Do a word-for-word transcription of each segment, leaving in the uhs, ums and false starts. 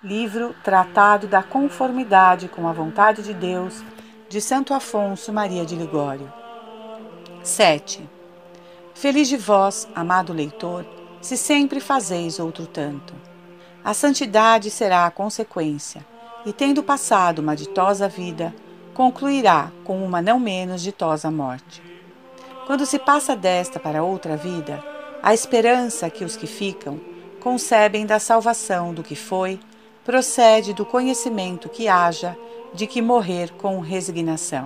Livro Tratado da Conformidade com a Vontade de Deus, de Santo Afonso Maria de Ligório. sete. Feliz de vós, amado leitor, se sempre fazeis outro tanto. A santidade será a consequência, e tendo passado uma ditosa vida, concluirá com uma não menos ditosa morte. Quando se passa desta para outra vida, a esperança que os que ficam concebem da salvação do que foi, procede do conhecimento que haja de que morrer com resignação.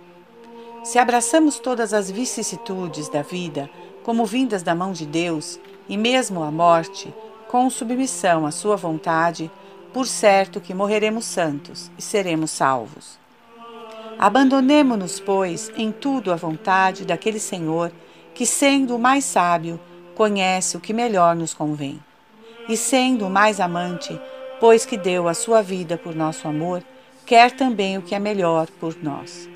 Se abraçamos todas as vicissitudes da vida como vindas da mão de Deus, e mesmo a morte, com submissão à sua vontade, por certo que morreremos santos e seremos salvos. Abandonemo-nos, pois, em tudo à vontade daquele Senhor que, sendo o mais sábio, conhece o que melhor nos convém. E sendo o mais amante, pois que deu a sua vida por nosso amor, quer também o que é melhor por nós.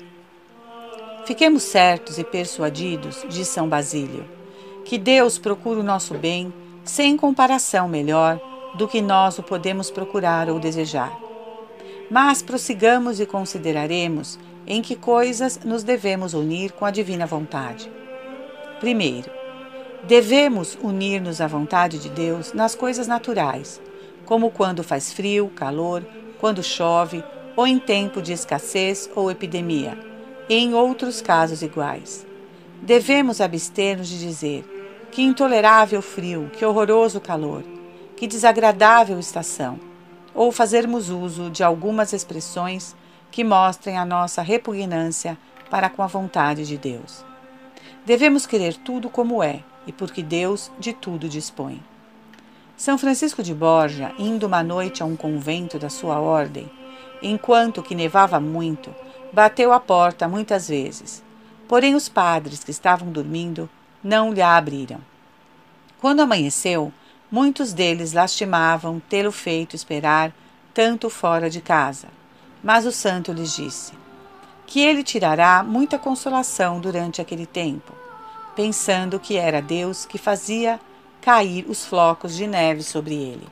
Fiquemos certos e persuadidos, diz São Basílio, que Deus procura o nosso bem sem comparação melhor do que nós o podemos procurar ou desejar. Mas prossigamos e consideraremos em que coisas nos devemos unir com a divina vontade. Primeiro, devemos unir-nos à vontade de Deus nas coisas naturais, como quando faz frio, calor, quando chove, ou em tempo de escassez ou epidemia, e em outros casos iguais. Devemos abster-nos de dizer que intolerável frio, que horroroso calor, que desagradável estação, ou fazermos uso de algumas expressões que mostrem a nossa repugnância para com a vontade de Deus. Devemos querer tudo como é, e porque Deus de tudo dispõe. São Francisco de Borja, indo uma noite a um convento da sua ordem, enquanto que nevava muito, bateu à porta muitas vezes. Porém os padres que estavam dormindo não lhe abriram. Quando amanheceu, muitos deles lastimavam tê-lo feito esperar tanto fora de casa. Mas o santo lhes disse que ele tirará muita consolação durante aquele tempo, pensando que era Deus que fazia cair os flocos de neve sobre ele.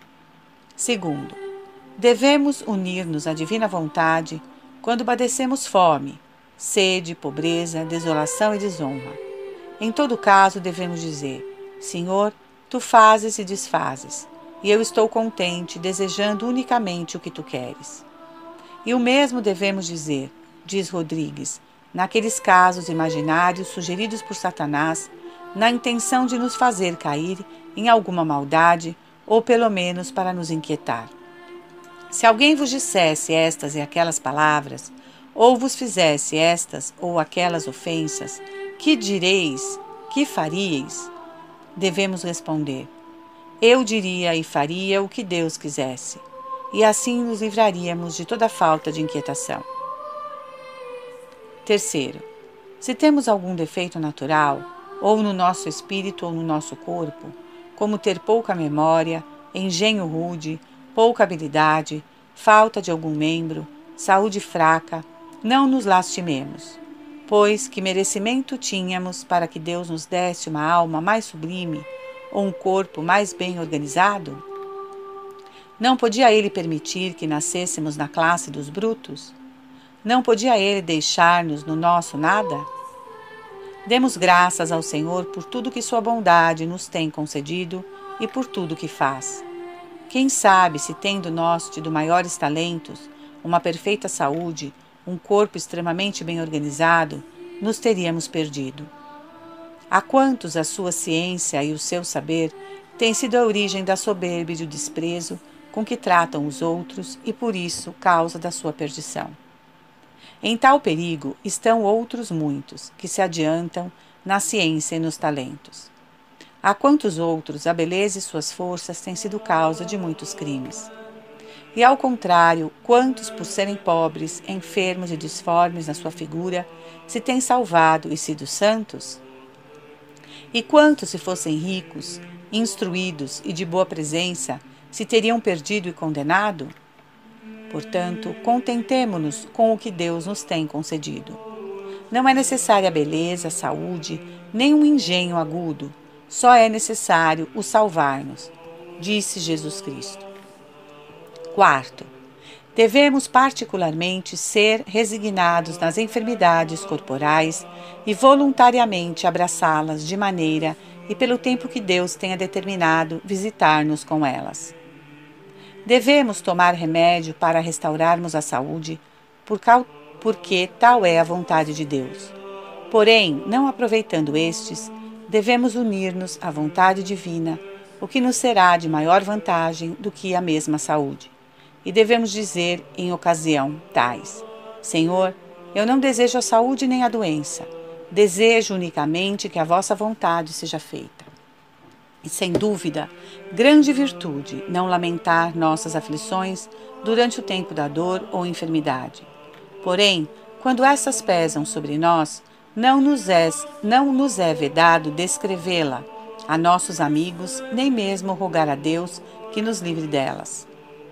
Segundo, devemos unir-nos à divina vontade quando padecemos fome, sede, pobreza, desolação e desonra. Em todo caso, devemos dizer: Senhor, tu fazes e desfazes, e eu estou contente, desejando unicamente o que tu queres. E o mesmo devemos dizer, diz Rodrigues, naqueles casos imaginários sugeridos por Satanás, na intenção de nos fazer cair em alguma maldade, ou pelo menos para nos inquietar. Se alguém vos dissesse estas e aquelas palavras, ou vos fizesse estas ou aquelas ofensas, que direis, que faríeis? Devemos responder: eu diria e faria o que Deus quisesse, e assim nos livraríamos de toda falta de inquietação. Terceiro, se temos algum defeito natural, ou no nosso espírito ou no nosso corpo, como ter pouca memória, engenho rude, pouca habilidade, falta de algum membro, saúde fraca, não nos lastimemos, pois que merecimento tínhamos para que Deus nos desse uma alma mais sublime ou um corpo mais bem organizado? Não podia Ele permitir que nascêssemos na classe dos brutos? Não podia Ele deixar-nos no nosso nada? Demos graças ao Senhor por tudo que sua bondade nos tem concedido e por tudo que faz. Quem sabe se, tendo nós tido maiores talentos, uma perfeita saúde, um corpo extremamente bem organizado, nos teríamos perdido. A quantos a sua ciência e o seu saber têm sido a origem da soberba e do desprezo com que tratam os outros e, por isso, causa da sua perdição. Em tal perigo estão outros muitos, que se adiantam na ciência e nos talentos. A quantos outros a beleza e suas forças têm sido causa de muitos crimes. E, ao contrário, quantos, por serem pobres, enfermos e disformes na sua figura, se têm salvado e sido santos? E quantos, se fossem ricos, instruídos e de boa presença, se teriam perdido e condenado? Portanto, contentemo-nos com o que Deus nos tem concedido. Não é necessária a beleza, a saúde, nem um engenho agudo, só é necessário o salvar-nos, disse Jesus Cristo. Quarto, devemos particularmente ser resignados nas enfermidades corporais e voluntariamente abraçá-las de maneira e pelo tempo que Deus tenha determinado visitar-nos com elas. Devemos tomar remédio para restaurarmos a saúde, por cal... porque tal é a vontade de Deus. Porém, não aproveitando estes, devemos unir-nos à vontade divina, o que nos será de maior vantagem do que a mesma saúde. E devemos dizer em ocasião tais: Senhor, eu não desejo a saúde nem a doença, desejo unicamente que a vossa vontade seja feita. E sem dúvida, grande virtude não lamentar nossas aflições durante o tempo da dor ou enfermidade. Porém, quando essas pesam sobre nós, não nos é, não nos é vedado descrevê-la a nossos amigos, nem mesmo rogar a Deus que nos livre delas.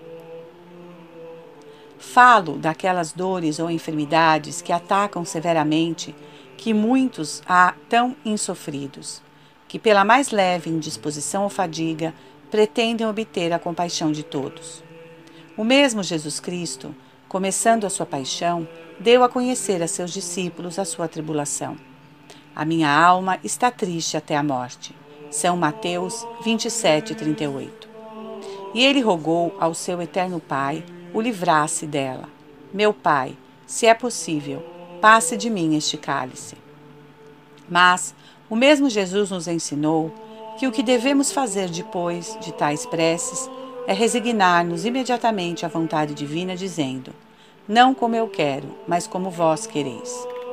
Falo daquelas dores ou enfermidades que atacam severamente, que muitos há tão insofridos, que pela mais leve indisposição ou fadiga pretendem obter a compaixão de todos. O mesmo Jesus Cristo, começando a sua paixão, deu a conhecer a seus discípulos a sua tribulação. A minha alma está triste até a morte. São Mateus vinte e sete, trinta e oito. E ele rogou ao seu eterno Pai o livrasse dela. Meu Pai, se é possível, passe de mim este cálice. Mas o mesmo Jesus nos ensinou que o que devemos fazer depois de tais preces é resignar-nos imediatamente à vontade divina, dizendo: não como eu quero, mas como vós quereis.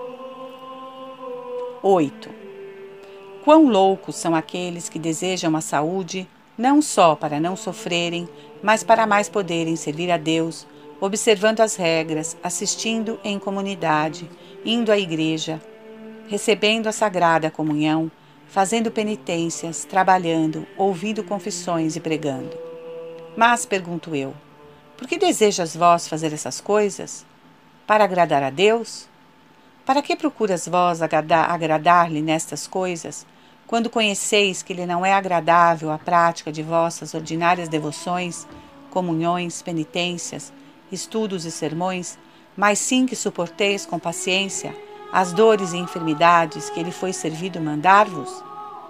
oito. Quão loucos são aqueles que desejam a saúde, não só para não sofrerem, mas para mais poderem servir a Deus, observando as regras, assistindo em comunidade, indo à igreja, recebendo a sagrada comunhão, fazendo penitências, trabalhando, ouvindo confissões e pregando. Mas, pergunto eu, por que desejas vós fazer essas coisas? Para agradar a Deus? Para que procuras vós agradar-lhe nestas coisas, quando conheceis que lhe não é agradável a prática de vossas ordinárias devoções, comunhões, penitências, estudos e sermões, mas sim que suporteis com paciência as dores e enfermidades que ele foi servido mandar-vos?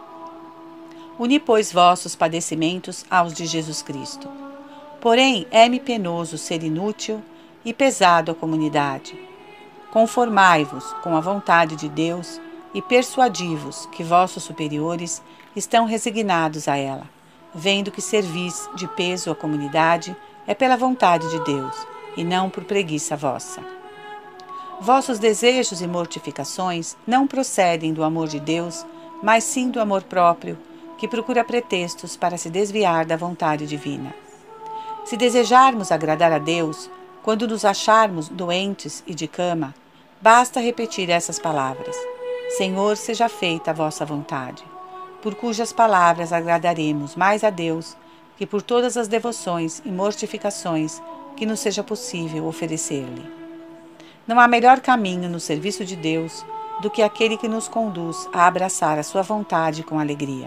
Uni, pois, vossos padecimentos aos de Jesus Cristo. Porém, é-me penoso ser inútil e pesado à comunidade. Conformai-vos com a vontade de Deus e persuadi-vos que vossos superiores estão resignados a ela, vendo que servis de peso à comunidade é pela vontade de Deus, e não por preguiça vossa. Vossos desejos e mortificações não procedem do amor de Deus, mas sim do amor próprio, que procura pretextos para se desviar da vontade divina. Se desejarmos agradar a Deus, quando nos acharmos doentes e de cama, basta repetir essas palavras: Senhor, seja feita a vossa vontade, por cujas palavras agradaremos mais a Deus que por todas as devoções e mortificações que nos seja possível oferecer-lhe. Não há melhor caminho no serviço de Deus do que aquele que nos conduz a abraçar a sua vontade com alegria.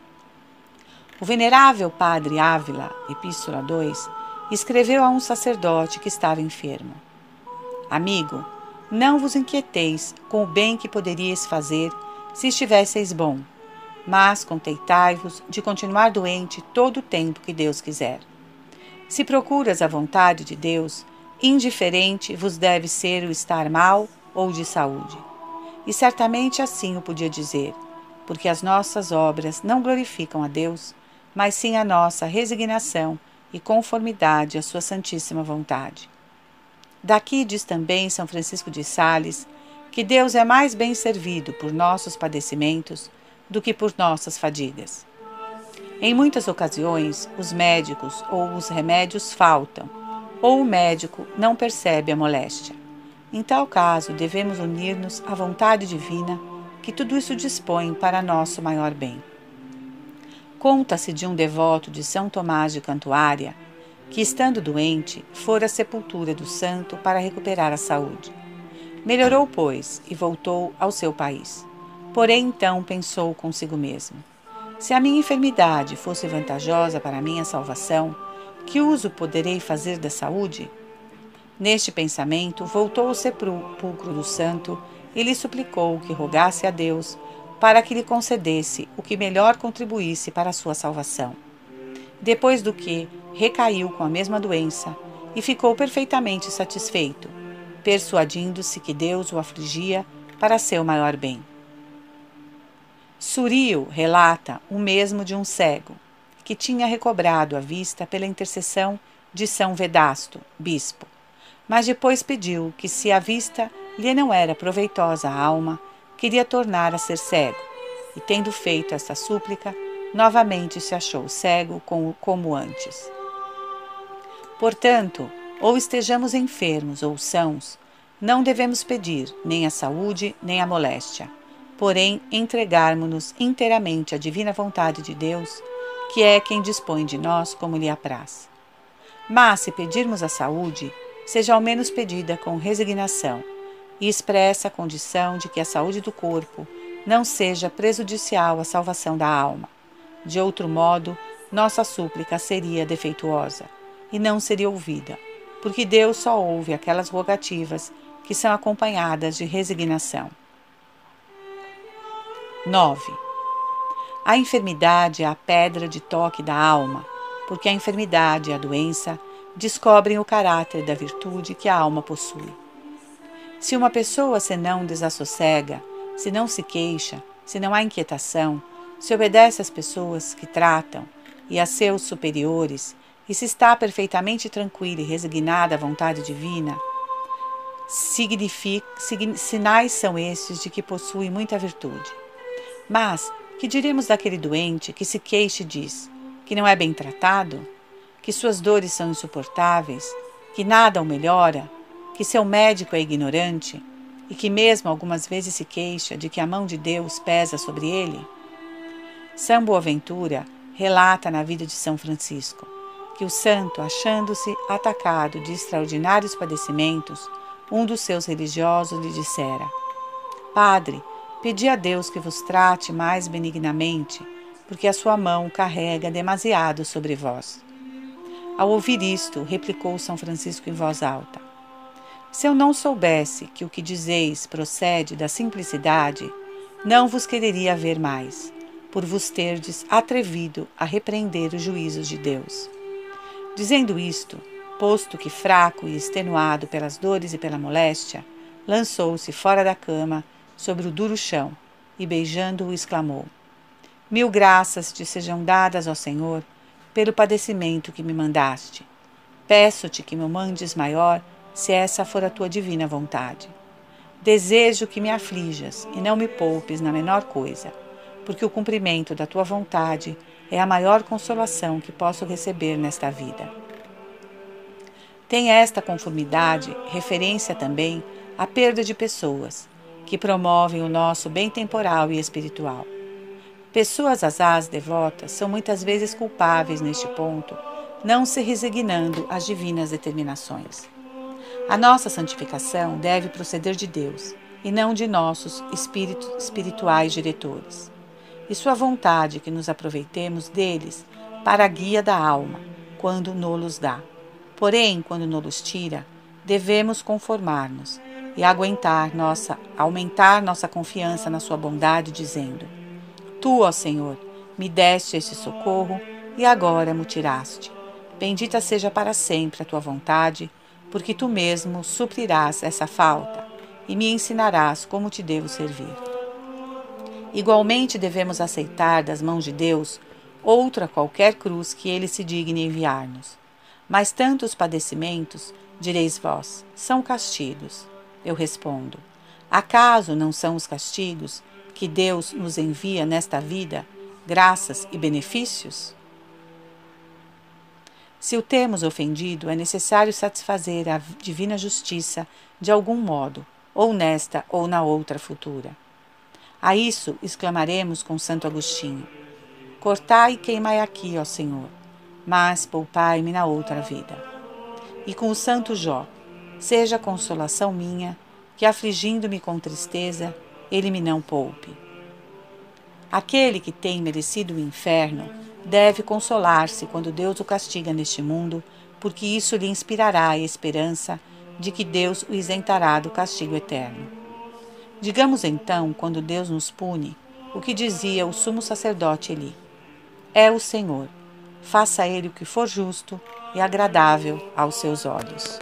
O venerável padre Ávila, Epístola dois, escreveu a um sacerdote que estava enfermo: Amigo, não vos inquieteis com o bem que poderíeis fazer se estivesseis bom, mas conteitai-vos de continuar doente todo o tempo que Deus quiser. Se procuras a vontade de Deus, indiferente vos deve ser o estar mal ou de saúde. E certamente assim o podia dizer, porque as nossas obras não glorificam a Deus, mas sim a nossa resignação e conformidade à sua santíssima vontade. Daqui diz também São Francisco de Sales que Deus é mais bem servido por nossos padecimentos do que por nossas fadigas. Em muitas ocasiões, os médicos ou os remédios faltam, ou o médico não percebe a moléstia. Em tal caso, devemos unir-nos à vontade divina, que tudo isso dispõe para nosso maior bem. Conta-se de um devoto de São Tomás de Cantuária, que, estando doente, fora à sepultura do santo para recuperar a saúde. Melhorou, pois, e voltou ao seu país. Porém, então pensou consigo mesmo: se a minha enfermidade fosse vantajosa para a minha salvação, Que uso poderei fazer da saúde? Neste pensamento, voltou ao sepulcro do santo e lhe suplicou que rogasse a Deus para que lhe concedesse o que melhor contribuísse para a sua salvação. Depois do que, recaiu com a mesma doença e ficou perfeitamente satisfeito, persuadindo-se que Deus o afligia para seu maior bem. Surio relata o mesmo de um cego, que tinha recobrado a vista pela intercessão de São Vedasto, bispo, mas depois pediu que, se a vista lhe não era proveitosa à alma, queria tornar a ser cego, e tendo feito esta súplica, novamente se achou cego como antes. Portanto, ou estejamos enfermos ou sãos, não devemos pedir nem a saúde nem a moléstia, porém entregarmos-nos inteiramente à divina vontade de Deus, que é quem dispõe de nós como lhe apraz. Mas, se pedirmos a saúde, seja ao menos pedida com resignação, e expressa a condição de que a saúde do corpo não seja prejudicial à salvação da alma. De outro modo, nossa súplica seria defeituosa e não seria ouvida, porque Deus só ouve aquelas rogativas que são acompanhadas de resignação. nove. A enfermidade é a pedra de toque da alma, porque a enfermidade e a doença descobrem o caráter da virtude que a alma possui. Se uma pessoa se não desassossega, se não se queixa, se não há inquietação, se obedece às pessoas que tratam e a seus superiores, e se está perfeitamente tranquila e resignada à vontade divina, significa, sinais são estes de que possui muita virtude. Mas, que diremos daquele doente que se queixa e diz que não é bem tratado, que suas dores são insuportáveis, que nada o melhora, que seu médico é ignorante e que mesmo algumas vezes se queixa de que a mão de Deus pesa sobre ele? São Boaventura relata na vida de São Francisco que o santo, achando-se atacado de extraordinários padecimentos, um dos seus religiosos lhe dissera: Padre, pedi a Deus que vos trate mais benignamente, porque a sua mão carrega demasiado sobre vós. Ao ouvir isto, replicou São Francisco em voz alta: Se eu não soubesse que o que dizeis procede da simplicidade, não vos quereria ver mais, por vos terdes atrevido a repreender os juízos de Deus. Dizendo isto, posto que fraco e extenuado pelas dores e pela moléstia, lançou-se fora da cama, sobre o duro chão, e beijando-o exclamou: Mil graças te sejam dadas, ó Senhor, pelo padecimento que me mandaste. Peço-te que me mandes maior, se essa for a tua divina vontade. Desejo que me aflijas e não me poupes na menor coisa, porque o cumprimento da tua vontade é a maior consolação que posso receber nesta vida. Tem esta conformidade referência também à perda de pessoas, que promovem o nosso bem temporal e espiritual. Pessoas asaz devotas são muitas vezes culpáveis neste ponto, não se resignando às divinas determinações. A nossa santificação deve proceder de Deus, e não de nossos espíritos espirituais diretores. E sua vontade que nos aproveitemos deles para a guia da alma, quando nos dá. Porém, quando nos tira, devemos conformar-nos e aguentar nossa, aumentar nossa confiança na sua bondade, dizendo: Tu, ó Senhor, me deste este socorro e agora me tiraste. Bendita seja para sempre a tua vontade, porque tu mesmo suprirás essa falta e me ensinarás como te devo servir. Igualmente devemos aceitar das mãos de Deus outra qualquer cruz que ele se digne enviar-nos. Mas tantos padecimentos, direis vós, são castigos. Eu respondo: acaso não são os castigos que Deus nos envia nesta vida, graças e benefícios? Se o temos ofendido, é necessário satisfazer a divina justiça de algum modo, ou nesta ou na outra futura. A isso exclamaremos com Santo Agostinho: cortai e queimai aqui, ó Senhor, mas poupai-me na outra vida. E com o Santo Jó: seja consolação minha, que afligindo-me com tristeza, ele me não poupe. Aquele que tem merecido o inferno deve consolar-se quando Deus o castiga neste mundo, porque isso lhe inspirará a esperança de que Deus o isentará do castigo eterno. Digamos então, quando Deus nos pune, o que dizia o sumo sacerdote Eli: é o Senhor, faça ele o que for justo e agradável aos seus olhos.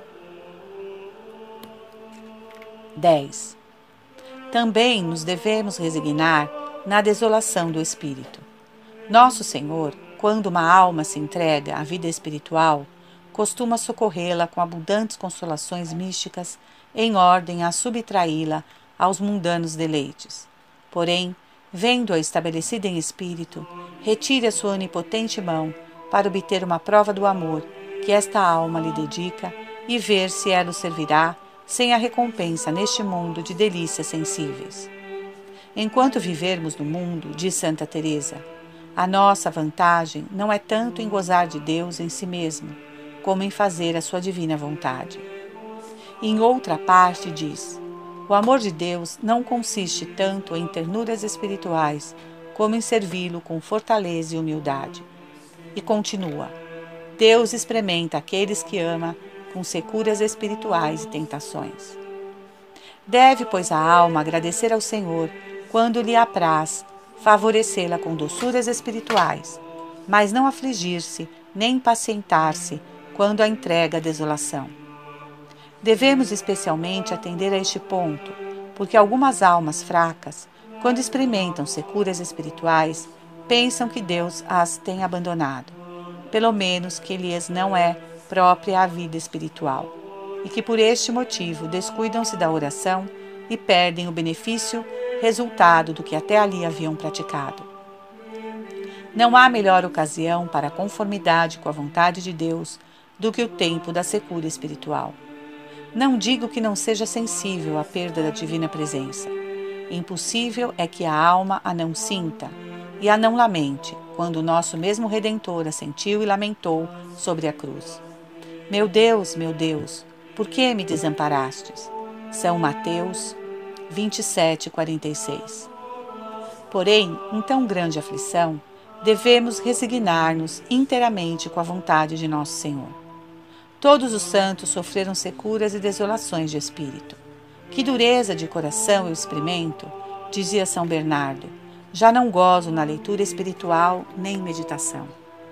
dez. Também nos devemos resignar na desolação do espírito. Nosso Senhor, quando uma alma se entrega à vida espiritual, costuma socorrê-la com abundantes consolações místicas em ordem a subtraí-la aos mundanos deleites. Porém, vendo-a estabelecida em espírito, retire a sua onipotente mão para obter uma prova do amor que esta alma lhe dedica e ver se ela o servirá sem a recompensa neste mundo de delícias sensíveis. Enquanto vivermos no mundo, diz Santa Teresa, a nossa vantagem não é tanto em gozar de Deus em si mesmo, como em fazer a sua divina vontade. Em outra parte diz, o amor de Deus não consiste tanto em ternuras espirituais, como em servi-lo com fortaleza e humildade. E continua, Deus experimenta aqueles que ama com securas espirituais e tentações. Deve, pois, a alma agradecer ao Senhor quando lhe apraz favorecê-la com doçuras espirituais, mas não afligir-se nem impacientar-se quando a entrega à desolação. Devemos especialmente atender a este ponto, porque algumas almas fracas, quando experimentam securas espirituais, pensam que Deus as tem abandonado, pelo menos que lhes não é própria a vida espiritual, e que por este motivo descuidam-se da oração e perdem o benefício resultado do que até ali haviam praticado. Não há melhor ocasião para a conformidade com a vontade de Deus do que o tempo da secura espiritual. Não digo que não seja sensível à perda da divina presença. Impossível é que a alma a não sinta e a não lamente, quando o nosso mesmo Redentor a sentiu e lamentou sobre a cruz. Meu Deus, meu Deus, por que me desamparastes? São Mateus vinte e sete, quarenta e seis. Porém, em tão grande aflição, devemos resignar-nos inteiramente com a vontade de nosso Senhor. Todos os santos sofreram securas e desolações de espírito. Que dureza de coração eu experimento, dizia São Bernardo, já não gozo na leitura espiritual nem meditação.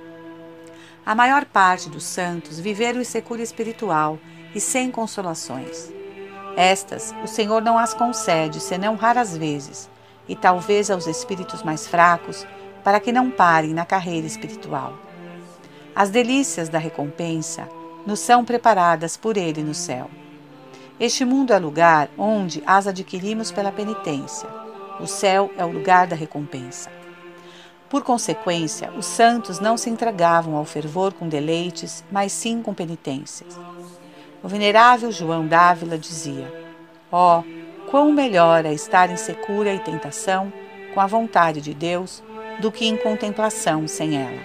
A maior parte dos santos viveram em secura espiritual e sem consolações. Estas, o Senhor não as concede, senão raras vezes, e talvez aos espíritos mais fracos, para que não parem na carreira espiritual. As delícias da recompensa nos são preparadas por Ele no céu. Este mundo é lugar onde as adquirimos pela penitência. O céu é o lugar da recompensa. Por consequência, os santos não se entregavam ao fervor com deleites, mas sim com penitências. O venerável João d'Ávila dizia: ó, oh, quão melhor é estar em secura e tentação com a vontade de Deus do que em contemplação sem ela.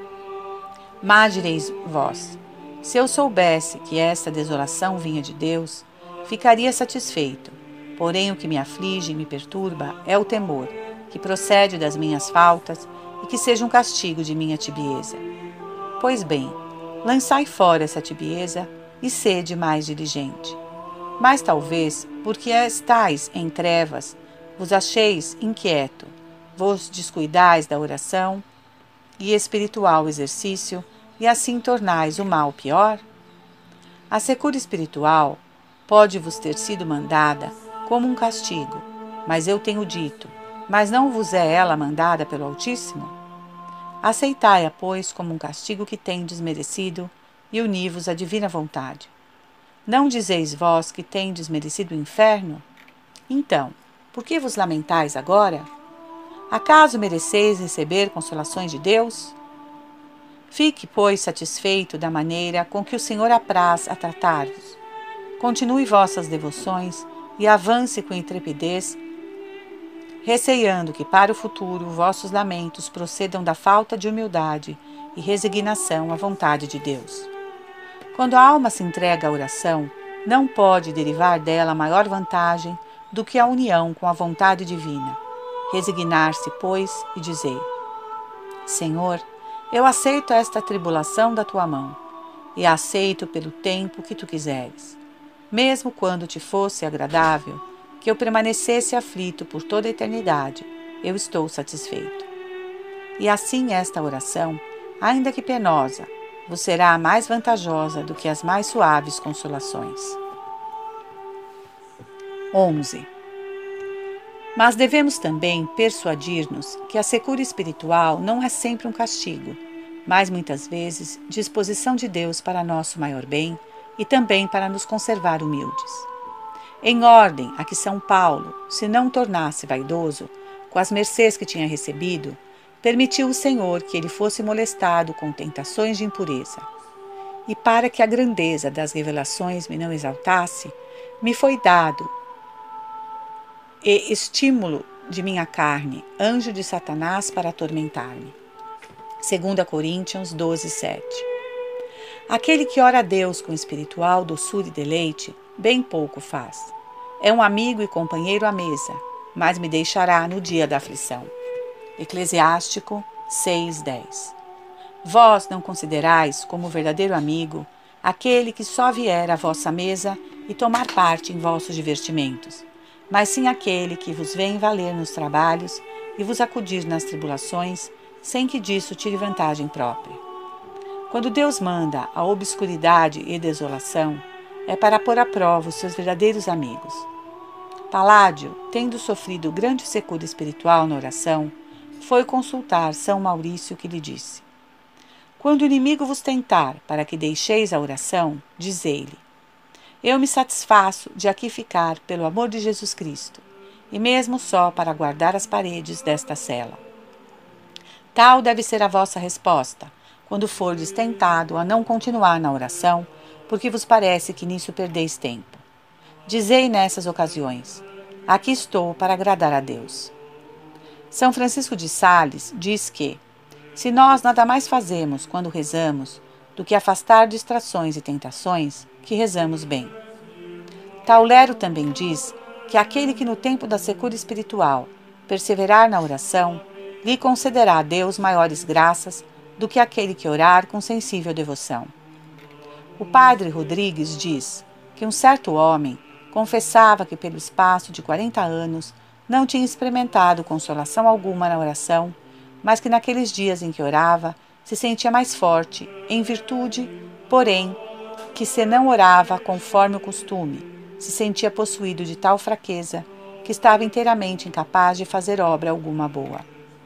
Mas direis vós, se eu soubesse que esta desolação vinha de Deus, ficaria satisfeito. Porém, o que me aflige e me perturba é o temor, que procede das minhas faltas e que seja um castigo de minha tibieza. Pois bem, lançai fora essa tibieza e sede mais diligente. Mas talvez, porque estais em trevas, vos acheis inquieto, vos descuidais da oração e espiritual exercício, e assim tornais o mal pior? A secura espiritual pode vos ter sido mandada como um castigo, mas eu tenho dito, mas não vos é ela mandada pelo Altíssimo? Aceitai-a, pois, como um castigo que tendes merecido, e uni-vos à divina vontade. Não dizeis vós que tendes merecido o inferno? Então, por que vos lamentais agora? Acaso mereceis receber consolações de Deus? Fique, pois, satisfeito da maneira com que o Senhor apraz a tratar-vos. Continue vossas devoções e avance com intrepidez, receando que para o futuro vossos lamentos procedam da falta de humildade e resignação à vontade de Deus. Quando a alma se entrega à oração, não pode derivar dela maior vantagem do que a união com a vontade divina. Resignar-se, pois, e dizer: Senhor, eu aceito esta tribulação da tua mão, e a aceito pelo tempo que tu quiseres. Mesmo quando te fosse agradável que eu permanecesse aflito por toda a eternidade, eu estou satisfeito. E assim esta oração, ainda que penosa, vos será mais vantajosa do que as mais suaves consolações. onze. Mas devemos também persuadir-nos que a secura espiritual não é sempre um castigo, mas muitas vezes disposição de Deus para nosso maior bem e também para nos conservar humildes. Em ordem a que São Paulo, se não tornasse vaidoso, com as mercês que tinha recebido, permitiu o Senhor que ele fosse molestado com tentações de impureza. E para que a grandeza das revelações me não exaltasse, me foi dado e estímulo de minha carne, anjo de Satanás para atormentar-me. segunda Coríntios doze, sete. Aquele que ora a Deus com espiritual doçura e deleite, bem pouco faz. É um amigo e companheiro à mesa, mas me deixará no dia da aflição. Eclesiástico seis, dez. Vós não considerais como verdadeiro amigo aquele que só vier à vossa mesa e tomar parte em vossos divertimentos, mas sim aquele que vos vem valer nos trabalhos e vos acudir nas tribulações, sem que disso tire vantagem própria. Quando Deus manda a obscuridade e desolação, é para pôr à prova os seus verdadeiros amigos. Paládio, tendo sofrido grande secura espiritual na oração, foi consultar São Maurício, que lhe disse: quando o inimigo vos tentar para que deixeis a oração, dizei-lhe: eu me satisfaço de aqui ficar pelo amor de Jesus Cristo, e mesmo só para guardar as paredes desta cela. Tal deve ser a vossa resposta, quando fordes tentado a não continuar na oração, porque vos parece que nisso perdeis tempo. Dizei nessas ocasiões: aqui estou para agradar a Deus. São Francisco de Sales diz que, se nós nada mais fazemos quando rezamos do que afastar distrações e tentações, que rezamos bem. Taulero também diz que aquele que no tempo da secura espiritual perseverar na oração, lhe concederá a Deus maiores graças do que aquele que orar com sensível devoção. O padre Rodrigues diz que um certo homem confessava que pelo espaço de quarenta anos não tinha experimentado consolação alguma na oração, mas que naqueles dias em que orava se sentia mais forte, em virtude, porém, que se não orava conforme o costume, se sentia possuído de tal fraqueza que estava inteiramente incapaz de fazer obra alguma boa.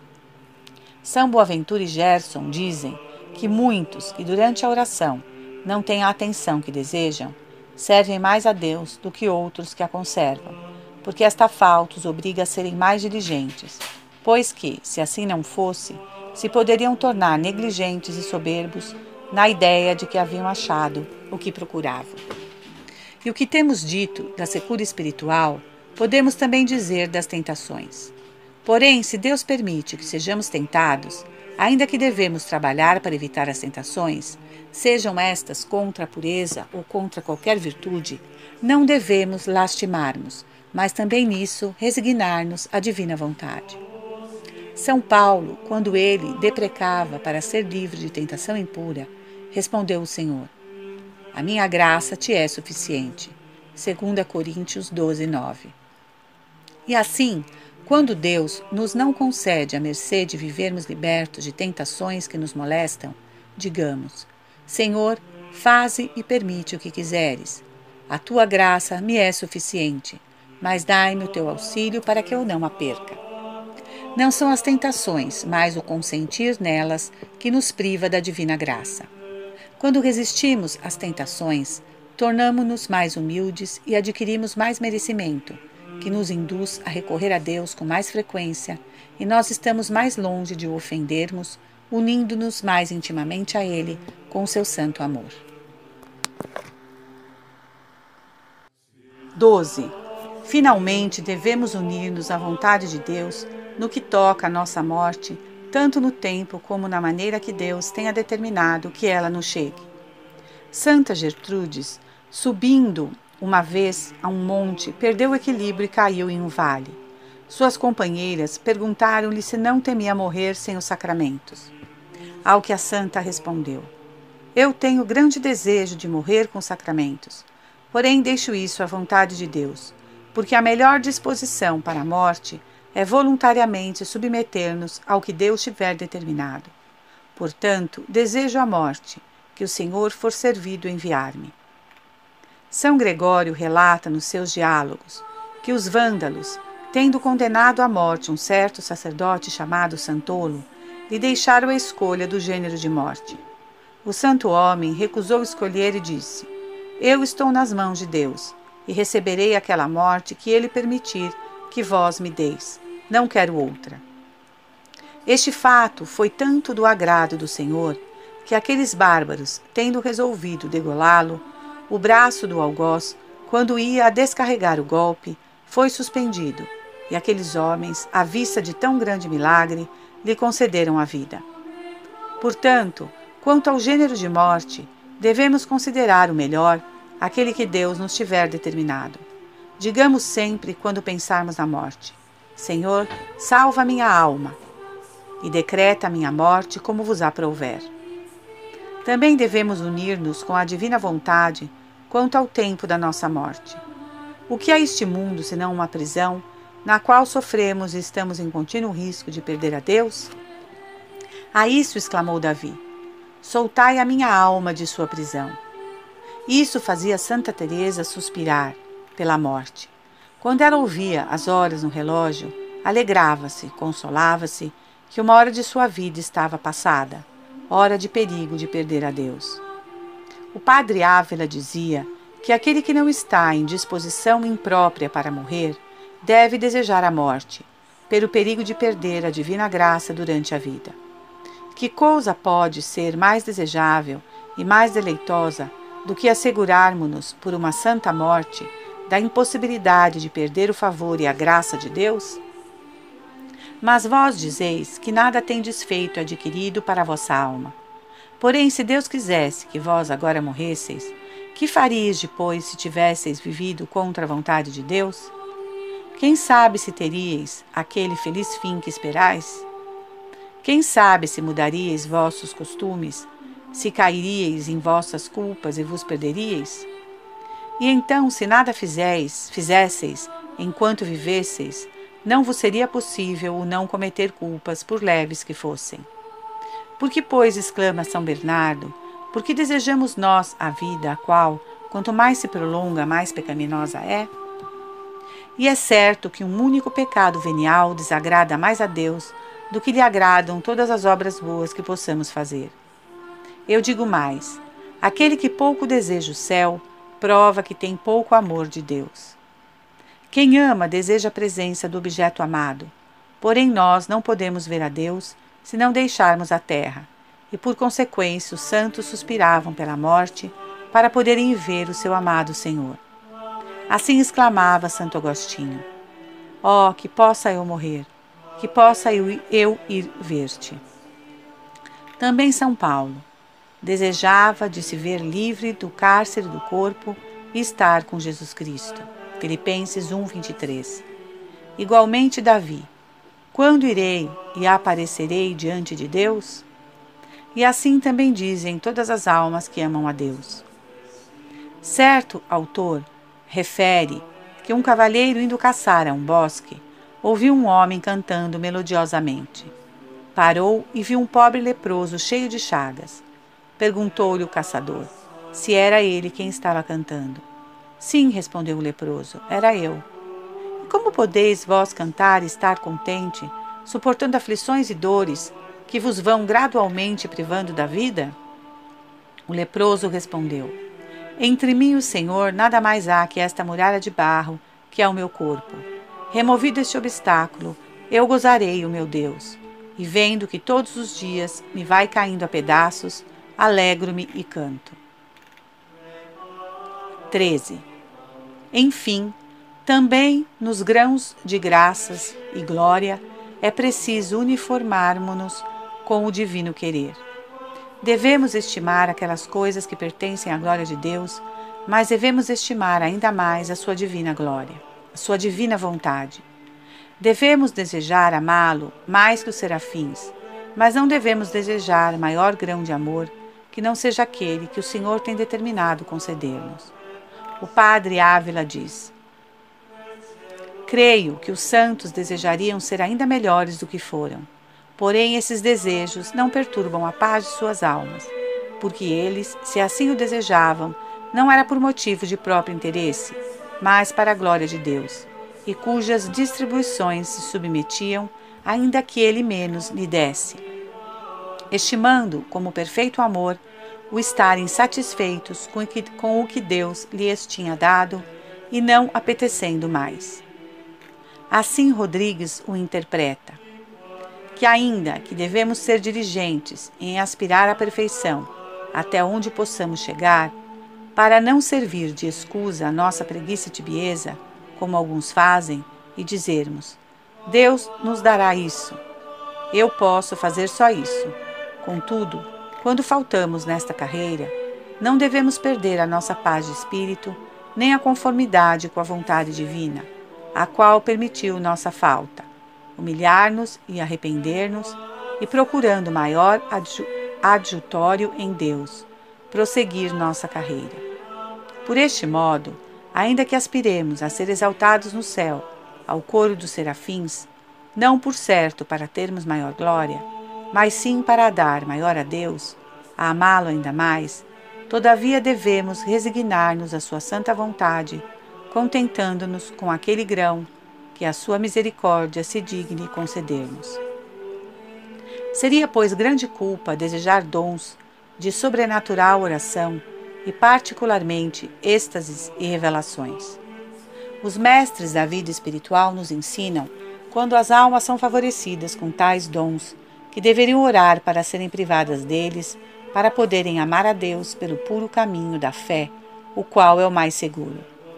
São Boaventura e Gerson dizem que muitos que durante a oração não têm a atenção que desejam, servem mais a Deus do que outros que a conservam, porque esta falta os obriga a serem mais diligentes, pois que, se assim não fosse, se poderiam tornar negligentes e soberbos na ideia de que haviam achado o que procuravam. E o que temos dito da secura espiritual, podemos também dizer das tentações. Porém, se Deus permite que sejamos tentados, ainda que devemos trabalhar para evitar as tentações, sejam estas contra a pureza ou contra qualquer virtude, não devemos lastimar-nos, mas também nisso resignar-nos à divina vontade. São Paulo, quando ele deprecava para ser livre de tentação impura, respondeu o Senhor: a minha graça te é suficiente. segunda Coríntios doze, nove. E assim, quando Deus nos não concede a mercê de vivermos libertos de tentações que nos molestam, digamos: Senhor, faze e permite o que quiseres. A tua graça me é suficiente, mas dai-me o teu auxílio para que eu não a perca. Não são as tentações, mas o consentir nelas que nos priva da divina graça. Quando resistimos às tentações, tornamo-nos mais humildes e adquirimos mais merecimento, que nos induz a recorrer a Deus com mais frequência, e nós estamos mais longe de o ofendermos, unindo-nos mais intimamente a Ele com o seu santo amor. doze. Finalmente, devemos unir-nos à vontade de Deus no que toca à nossa morte, tanto no tempo como na maneira que Deus tenha determinado que ela nos chegue. Santa Gertrudes, subindo uma vez a um monte, perdeu o equilíbrio e caiu em um vale. Suas companheiras perguntaram-lhe se não temia morrer sem os sacramentos. Ao que a santa respondeu: Eu tenho grande desejo de morrer com os sacramentos, porém deixo isso à vontade de Deus, porque a melhor disposição para a morte é voluntariamente submeter-nos ao que Deus tiver determinado. Portanto, desejo a morte, que o Senhor for servido enviar-me. São Gregório relata nos seus diálogos que os vândalos, tendo condenado à morte um certo sacerdote chamado Santolo, lhe deixaram a escolha do gênero de morte. O santo homem recusou escolher e disse: Eu estou nas mãos de Deus, e receberei aquela morte que ele permitir que vós me deis. Não quero outra. Este fato foi tanto do agrado do Senhor, que aqueles bárbaros, tendo resolvido degolá-lo, o braço do algoz, quando ia a descarregar o golpe, foi suspendido, e aqueles homens, à vista de tão grande milagre, lhe concederam a vida. Portanto, quanto ao gênero de morte, devemos considerar o melhor, aquele que Deus nos tiver determinado. Digamos sempre, quando pensarmos na morte: Senhor, salva minha alma, e decreta a minha morte como vos aprouver. Também devemos unir-nos com a divina vontade quanto ao tempo da nossa morte. O que é este mundo senão uma prisão, na qual sofremos e estamos em contínuo risco de perder a Deus? A isso exclamou Davi: Soltai a minha alma de sua prisão. Isso fazia Santa Teresa suspirar pela morte. Quando ela ouvia as horas no relógio, alegrava-se, consolava-se que uma hora de sua vida estava passada, hora de perigo de perder a Deus. O padre Ávila dizia que aquele que não está em disposição imprópria para morrer deve desejar a morte, pelo perigo de perder a divina graça durante a vida. Que coisa pode ser mais desejável e mais deleitosa do que assegurarmos-nos por uma santa morte da impossibilidade de perder o favor e a graça de Deus? Mas vós dizeis que nada tendes feito adquirido para a vossa alma. Porém, se Deus quisesse que vós agora morresseis, que faríeis depois se tivesseis vivido contra a vontade de Deus? Quem sabe se teríeis aquele feliz fim que esperais? Quem sabe se mudaríeis vossos costumes, se cairíeis em vossas culpas e vos perderíeis? E então, se nada fizeis, fizesseis, enquanto vivesseis, não vos seria possível o não cometer culpas, por leves que fossem. Por que, pois, exclama São Bernardo, por que desejamos nós a vida, a qual, quanto mais se prolonga, mais pecaminosa é? E é certo que um único pecado venial desagrada mais a Deus do que lhe agradam todas as obras boas que possamos fazer. Eu digo mais: aquele que pouco deseja o céu, prova que tem pouco amor de Deus. Quem ama deseja a presença do objeto amado, porém nós não podemos ver a Deus se não deixarmos a terra, e por consequência os santos suspiravam pela morte para poderem ver o seu amado Senhor. Assim exclamava Santo Agostinho: ó, que possa eu morrer, que possa eu, eu ir ver-te. Também São Paulo desejava de se ver livre do cárcere do corpo e estar com Jesus Cristo. Filipenses um, vinte e três. Igualmente Davi: quando irei e aparecerei diante de Deus? E assim também dizem todas as almas que amam a Deus. Certo autor refere que um cavalheiro indo caçar a um bosque, ouviu um homem cantando melodiosamente. Parou e viu um pobre leproso cheio de chagas. Perguntou-lhe o caçador se era ele quem estava cantando. Sim, respondeu o leproso, era eu. E como podeis vós cantar e estar contente, suportando aflições e dores que vos vão gradualmente privando da vida? O leproso respondeu: entre mim e o Senhor nada mais há que esta muralha de barro, que é o meu corpo. Removido este obstáculo, eu gozarei o meu Deus, e vendo que todos os dias me vai caindo a pedaços, alegro-me e canto. treze. Enfim, também nos grãos de graças e glória é preciso uniformarmos-nos com o divino querer. Devemos estimar aquelas coisas que pertencem à glória de Deus, mas devemos estimar ainda mais a sua divina glória, a sua divina vontade. Devemos desejar amá-lo mais que os serafins, mas não devemos desejar maior grão de amor que não seja aquele que o Senhor tem determinado conceder-nos. O padre Ávila diz: creio que os santos desejariam ser ainda melhores do que foram, porém esses desejos não perturbam a paz de suas almas, porque eles, se assim o desejavam, não era por motivo de próprio interesse, mas para a glória de Deus, e cujas distribuições se submetiam, ainda que ele menos lhe desse, estimando como perfeito amor o estarem satisfeitos com o que, com o que Deus lhes tinha dado e não apetecendo mais. Assim Rodrigues o interpreta, que ainda que devemos ser diligentes em aspirar à perfeição até onde possamos chegar, para não servir de escusa à nossa preguiça e tibieza, como alguns fazem, e dizermos: Deus nos dará isso, eu posso fazer só isso. Contudo, quando faltamos nesta carreira, não devemos perder a nossa paz de espírito, nem a conformidade com a vontade divina, a qual permitiu nossa falta, humilhar-nos e arrepender-nos, e procurando maior adjutório em Deus, prosseguir nossa carreira. Por este modo, ainda que aspiremos a ser exaltados no céu, ao coro dos serafins, não por certo para termos maior glória, mas sim para dar maior a Deus, a amá-lo ainda mais, todavia devemos resignar-nos à sua santa vontade, contentando-nos com aquele grão que a sua misericórdia se digne conceder-nos. Seria, pois, grande culpa desejar dons de sobrenatural oração e particularmente êxtases e revelações. Os mestres da vida espiritual nos ensinam, quando as almas são favorecidas com tais dons, que deveriam orar para serem privadas deles, para poderem amar a Deus pelo puro caminho da fé, o qual é o mais seguro.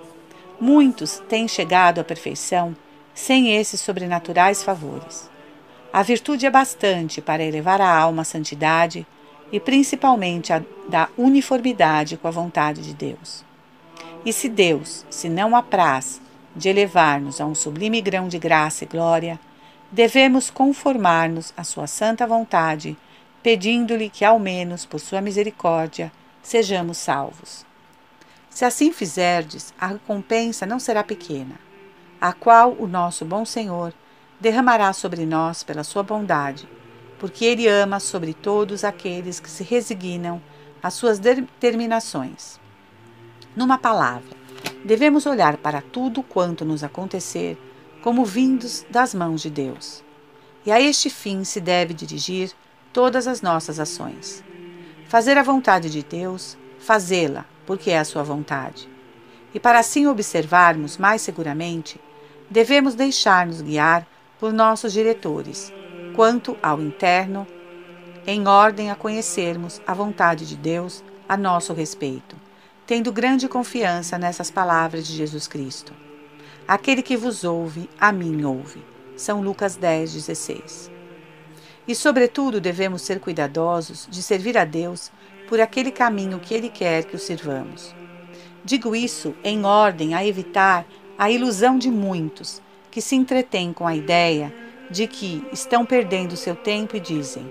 Muitos têm chegado à perfeição sem esses sobrenaturais favores. A virtude é bastante para elevar a alma à santidade e principalmente a da uniformidade com a vontade de Deus. E se Deus se não apraz de elevar-nos a um sublime grão de graça e glória, devemos conformar-nos à sua santa vontade, pedindo-lhe que, ao menos por sua misericórdia, sejamos salvos. Se assim fizerdes, a recompensa não será pequena, a qual o nosso bom Senhor derramará sobre nós pela sua bondade, porque Ele ama sobre todos aqueles que se resignam às suas determinações. Numa palavra, devemos olhar para tudo quanto nos acontecer como vindos das mãos de Deus. E a este fim se deve dirigir todas as nossas ações. Fazer a vontade de Deus, fazê-la, porque é a sua vontade. E para assim observarmos mais seguramente, devemos deixar-nos guiar por nossos diretores, quanto ao interno, em ordem a conhecermos a vontade de Deus a nosso respeito, tendo grande confiança nessas palavras de Jesus Cristo. Aquele que vos ouve, a mim ouve. São Lucas dez, dezesseis. E, sobretudo, devemos ser cuidadosos de servir a Deus por aquele caminho que Ele quer que o sirvamos. Digo isso em ordem a evitar a ilusão de muitos que se entretêm com a ideia de que estão perdendo seu tempo e dizem: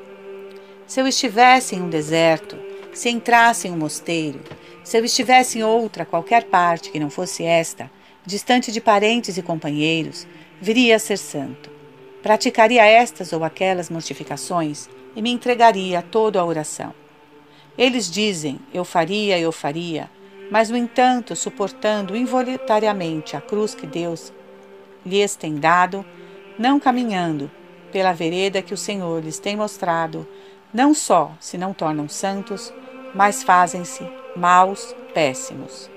se eu estivesse em um deserto, se entrasse em um mosteiro, se eu estivesse em outra qualquer parte que não fosse esta, distante de parentes e companheiros, viria a ser santo. Praticaria estas ou aquelas mortificações e me entregaria todo à oração. Eles dizem: eu faria, eu faria, mas, no entanto, suportando involuntariamente a cruz que Deus lhes tem dado, não caminhando pela vereda que o Senhor lhes tem mostrado, não só se não tornam santos, mas fazem-se maus, péssimos.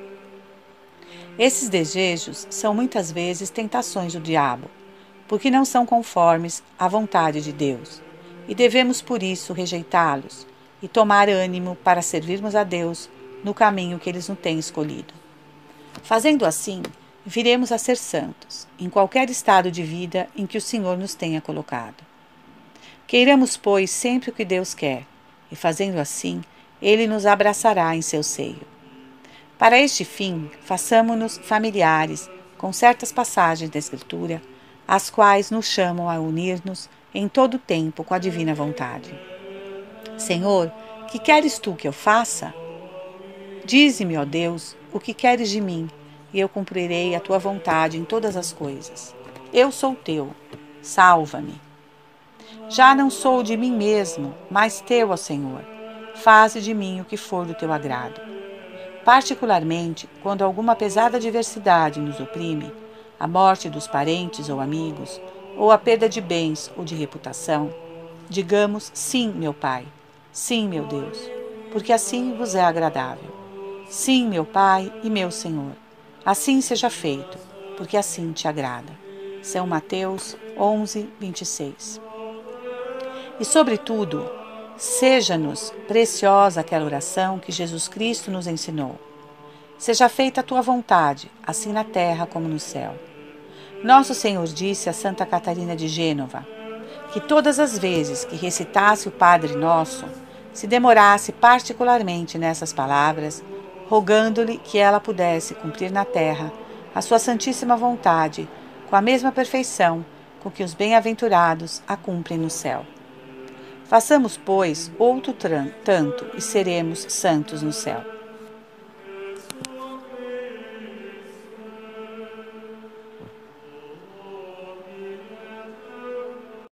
Esses desejos são muitas vezes tentações do diabo, porque não são conformes à vontade de Deus, e devemos por isso rejeitá-los e tomar ânimo para servirmos a Deus no caminho que eles nos têm escolhido. Fazendo assim, viremos a ser santos, em qualquer estado de vida em que o Senhor nos tenha colocado. Queiramos, pois, sempre o que Deus quer, e fazendo assim, Ele nos abraçará em seu seio. Para este fim, façamo-nos familiares com certas passagens da Escritura, as quais nos chamam a unir-nos em todo o tempo com a divina vontade. Senhor, que queres tu que eu faça? Dize-me, ó Deus, o que queres de mim, e eu cumprirei a tua vontade em todas as coisas. Eu sou teu, salva-me. Já não sou de mim mesmo, mas teu, ó Senhor. Faze de mim o que for do teu agrado. Particularmente, quando alguma pesada adversidade nos oprime, a morte dos parentes ou amigos, ou a perda de bens ou de reputação, digamos sim, meu Pai, sim, meu Deus, porque assim vos é agradável. Sim, meu Pai e meu Senhor, assim seja feito, porque assim te agrada. São Mateus onze, vinte e seis. E, sobretudo, seja-nos preciosa aquela oração que Jesus Cristo nos ensinou. Seja feita a tua vontade, assim na terra como no céu. Nosso Senhor disse a Santa Catarina de Gênova que todas as vezes que recitasse o Padre Nosso, se demorasse particularmente nessas palavras, rogando-lhe que ela pudesse cumprir na terra a sua santíssima vontade com a mesma perfeição com que os bem-aventurados a cumprem no céu. Façamos, pois, outro tanto e seremos santos no céu.